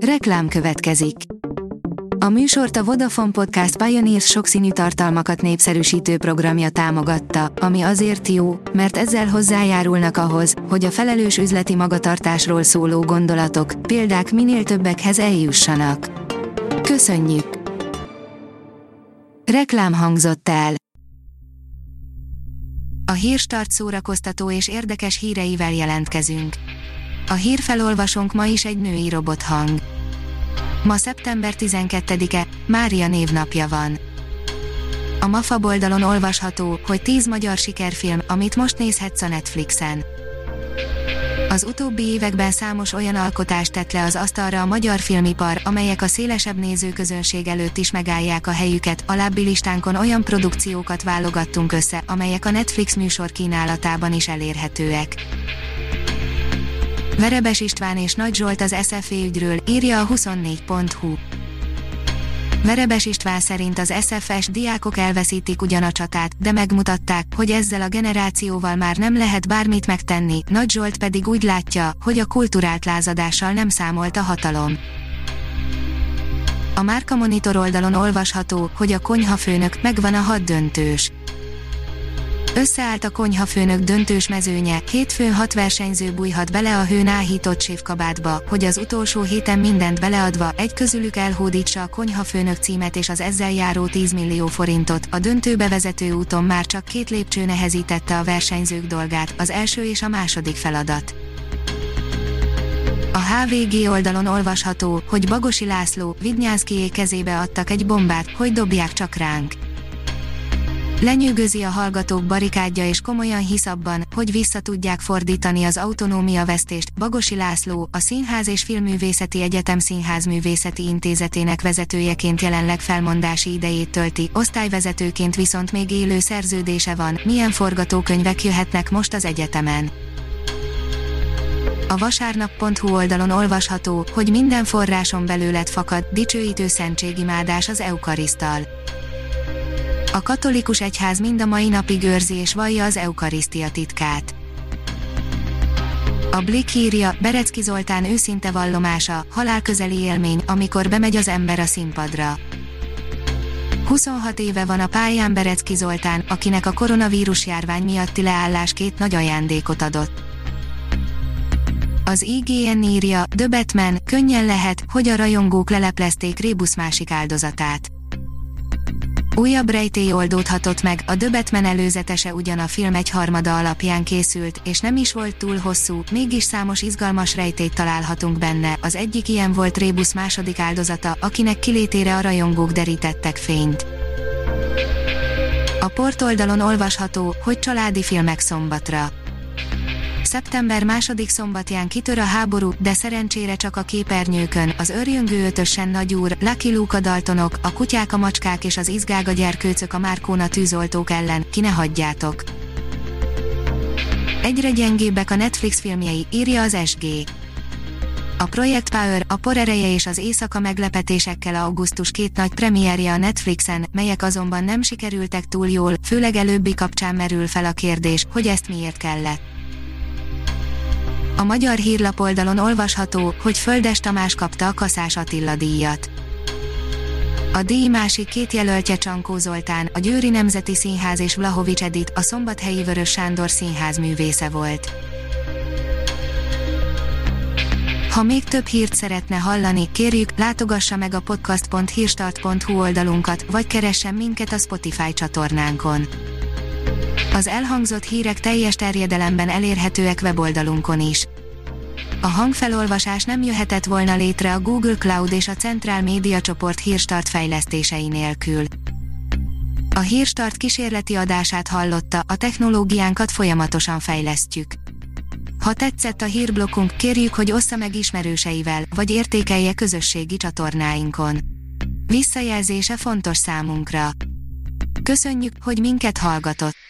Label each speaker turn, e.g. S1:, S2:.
S1: Reklám következik. A műsort a Vodafone Podcast Pioneers sokszínű tartalmakat népszerűsítő programja támogatta, ami azért jó, mert ezzel hozzájárulnak ahhoz, hogy a felelős üzleti magatartásról szóló gondolatok, példák minél többekhez eljussanak. Köszönjük! Reklám hangzott el. A Hírstart szórakoztató és érdekes híreivel jelentkezünk. A hírfelolvasónk ma is egy női robothang. Ma szeptember 12-e, Mária névnapja van. A Mafab oldalon olvasható, hogy 10 magyar sikerfilm, amit most nézhetsz a Netflixen. Az utóbbi években számos olyan alkotást tett le az asztalra a magyar filmipar, amelyek a szélesebb nézőközönség előtt is megállják a helyüket. Alábbi listánkon olyan produkciókat válogattunk össze, amelyek a Netflix műsor kínálatában is elérhetőek. Verebes István és Nagy Zsolt az SZFE ügyről, írja a 24.hu. Verebes István szerint az SZFE-s diákok elveszítik ugyan a csatát, de megmutatták, hogy ezzel a generációval már nem lehet bármit megtenni. Nagy Zsolt pedig úgy látja, hogy a kulturált lázadással nem számolt a hatalom. A Márka Monitor oldalon olvasható, hogy a konyhafőnök, megvan a 6 döntős. Összeállt a konyhafőnök döntős mezőnye, hétfőn 6 versenyző bújhat bele a hőn áhított séfkabátba, hogy az utolsó héten mindent beleadva egy közülük elhódítsa a konyhafőnök címet és az ezzel járó 10 millió forintot. A döntőbe vezető úton már csak 2 lépcső nehezítette a versenyzők dolgát, az első és a második feladat. A HVG oldalon olvasható, hogy Bagosi László, Vidnyánszkijék kezébe adtak egy bombát, hogy dobják csak ránk. Lenyűgözi a hallgatók barikádja és komolyan hisz abban, hogy vissza tudják fordítani az autonómiavesztést. Bagosi László, a Színház és Filmművészeti Egyetem Színházművészeti Intézetének vezetőjeként jelenleg felmondási idejét tölti, osztályvezetőként viszont még élő szerződése van. Milyen forgatókönyvek jöhetnek most az egyetemen? A vasárnap.hu oldalon olvasható, hogy minden forráson belőled fakad, dicsőítő szentségimádás az eukariszttal. A katolikus egyház mind a mai napig őrzi és vallja az eukarisztia titkát. A Blick írja, Berecki Zoltán őszinte vallomása, halálközeli élmény, amikor bemegy az ember a színpadra. 26 éve van a pályán Berecki Zoltán, akinek a koronavírus járvány miatti leállás 2 nagy ajándékot adott. Az IGN írja, The Batman, könnyen lehet, hogy a rajongók leleplezték Rébusz másik áldozatát. Újabb rejtély oldódhatott meg, a The Batman előzetese ugyan a film 1/3 alapján készült, és nem is volt túl hosszú, mégis számos izgalmas rejtélyt találhatunk benne. Az egyik ilyen volt Rébusz második áldozata, akinek kilétére a rajongók derítettek fényt. A portoldalon olvasható, hogy családi filmek szombatra. Szeptember 2. szombatján kitör a háború, de szerencsére csak a képernyőkön. Az Őrjöngő ötösen Nagyúr, Lucky Luke a Daltonok, a Kutyák a macskák és az Izgága gyerkőcök a Márkóna tűzoltók ellen, ki ne hagyjátok. Egyre gyengébbek a Netflix filmjei, írja az SG. A Project Power, a Por ereje és az Éjszaka meglepetésekkel augusztus 2 nagy premierje a Netflixen, melyek azonban nem sikerültek túl jól, főleg előbbi kapcsán merül fel a kérdés, hogy ezt miért kellett. A Magyar Hírlap oldalon olvasható, hogy Földes Tamás kapta a Kaszás Attila díjat. A díj másik 2 jelöltje Csankó Zoltán, a Győri Nemzeti Színház és Vlahovics Edit, a szombathelyi Vörös Sándor színház művésze volt. Ha még több hírt szeretne hallani, kérjük, látogassa meg a podcast.hírstart.hu oldalunkat, vagy keressen minket a Spotify csatornánkon. Az elhangzott hírek teljes terjedelemben elérhetőek weboldalunkon is. A hangfelolvasás nem jöhetett volna létre a Google Cloud és a Centrál Média csoport Hírstart fejlesztései nélkül. A Hírstart kísérleti adását hallotta, a technológiánkat folyamatosan fejlesztjük. Ha tetszett a hírblokkunk, kérjük, hogy ossza meg ismerőseivel, vagy értékelje közösségi csatornáinkon. Visszajelzése fontos számunkra. Köszönjük, hogy minket hallgatott!